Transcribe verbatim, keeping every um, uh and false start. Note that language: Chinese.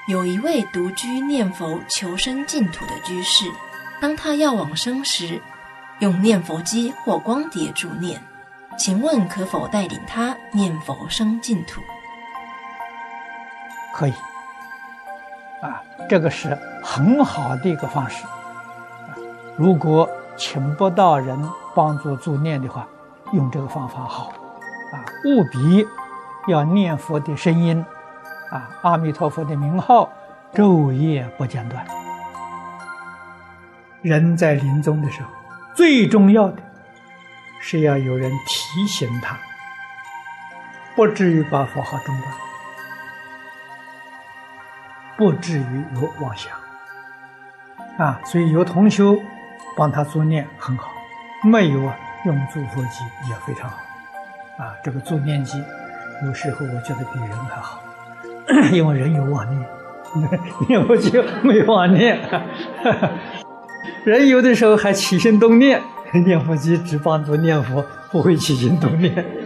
有一位独居念佛求生净土的居士，当他要往生时，用念佛机或光碟助念，请问可否带领他念佛生净土？ 可以啊，这个是很好的一个方式。如果请不到人帮助助念的话，用这个方法好啊，务必要念佛的声音啊，阿弥陀佛的名号昼夜不间断。人在临终的时候，最重要的是要有人提醒他，不至于把佛号中断，不至于有妄想啊。所以有同修帮他助念很好，没有啊用助佛机也非常好啊。这个助念机有时候我觉得比人还好，因为人有妄念，念佛机没有妄念，人有的时候还起心动念，念佛机只帮助念佛，不会起心动念。